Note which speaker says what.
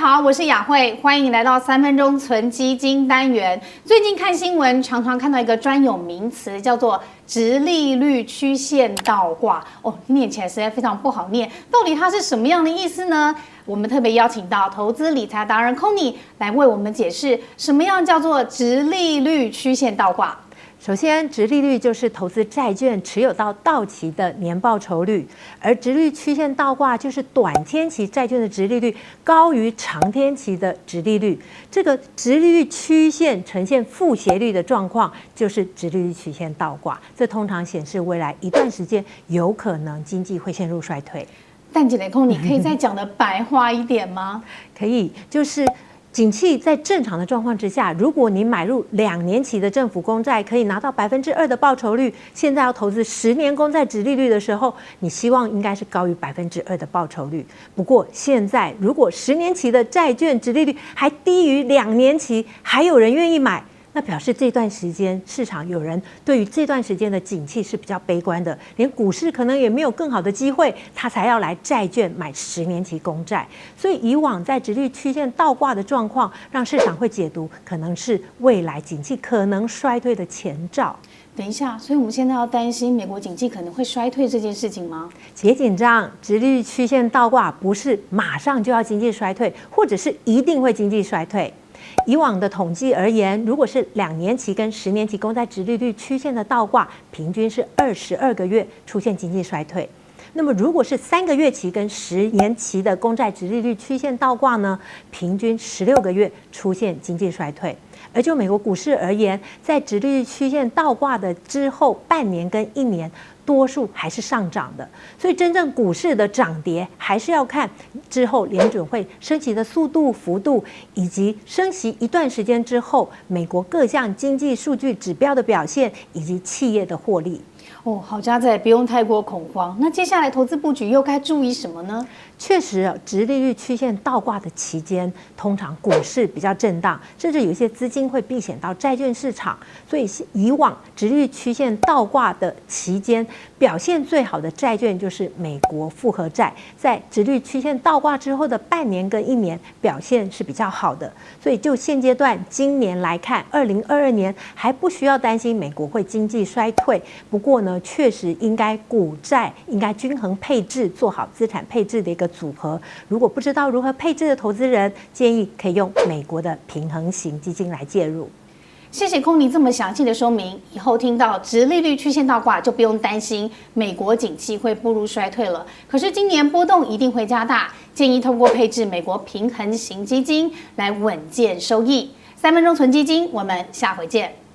Speaker 1: 好，我是雅慧，欢迎你来到3分钟存基金单元。最近看新闻，常常看到一个专有名词，叫做殖利率曲线倒挂。念起来实在非常不好念，到底它是什么样的意思呢？我们特别邀请到投资理财达人 Conny 来为我们解释，什么样叫做殖利率曲线倒挂。
Speaker 2: 首先，殖利率就是投资债券持有到到期的年报酬率，而殖利率曲线倒挂就是短天期债券的殖利率高于长天期的殖利率。这个殖利率曲线呈现负斜率的状况，就是殖利率曲线倒挂。这通常显示未来一段时间有可能经济会陷入衰退。
Speaker 1: 但姐雷控，你可以再讲的白话一点吗？
Speaker 2: 可以，就是景气在正常的状况之下，如果你买入2年期的政府公债，可以拿到2%的报酬率，现在要投资10年公债殖利率的时候，你希望应该是高于2%的报酬率。不过现在如果10年期的债券殖利率还低于2年期，还有人愿意买，那表示这段时间市场有人对于这段时间的景气是比较悲观的，连股市可能也没有更好的机会，他才要来债券买10年期公债。所以以往在殖利率曲线倒挂的状况，让市场会解读可能是未来景气可能衰退的前兆。
Speaker 1: 等一下，所以我们现在要担心美国经济可能会衰退这件事情吗？
Speaker 2: 别紧张，殖利率曲线倒挂不是马上就要经济衰退，或者是一定会经济衰退。以往的统计而言，如果是2年期跟10年期公债殖利率曲线的倒挂，平均是22个月出现经济衰退。那么如果是3个月期跟10年期的公债殖利率曲线倒挂呢，平均16个月出现经济衰退。而就美国股市而言，在殖利率曲线倒挂的之后半年跟1年，多数还是上涨的。所以真正股市的涨跌还是要看之后联准会升息的速度、幅度，以及升息一段时间之后美国各项经济数据指标的表现，以及企业的获利。
Speaker 1: 好家在不用太过恐慌。那接下来投资布局又该注意什么呢？
Speaker 2: 确实，殖利率曲线倒挂的期间，通常股市比较震荡，甚至有一些资金会避险到债券市场。所以以往殖利率曲线倒挂的期间，表现最好的债券就是美国复合债，在殖利率曲线倒挂之后的半年跟1年表现是比较好的。所以就现阶段今年来看，2022年还不需要担心美国会经济衰退。不过呢，确实应该股债应该均衡配置，做好资产配置的一个组合。如果不知道如何配置的投资人，建议可以用美国的平衡型基金来介入。
Speaker 1: 谢谢Conny这么详细的说明，以后听到殖利率曲线倒挂就不用担心美国景气会步入衰退了。可是今年波动一定会加大，建议通过配置美国平衡型基金来稳健收益。3分钟存基金，我们下回见。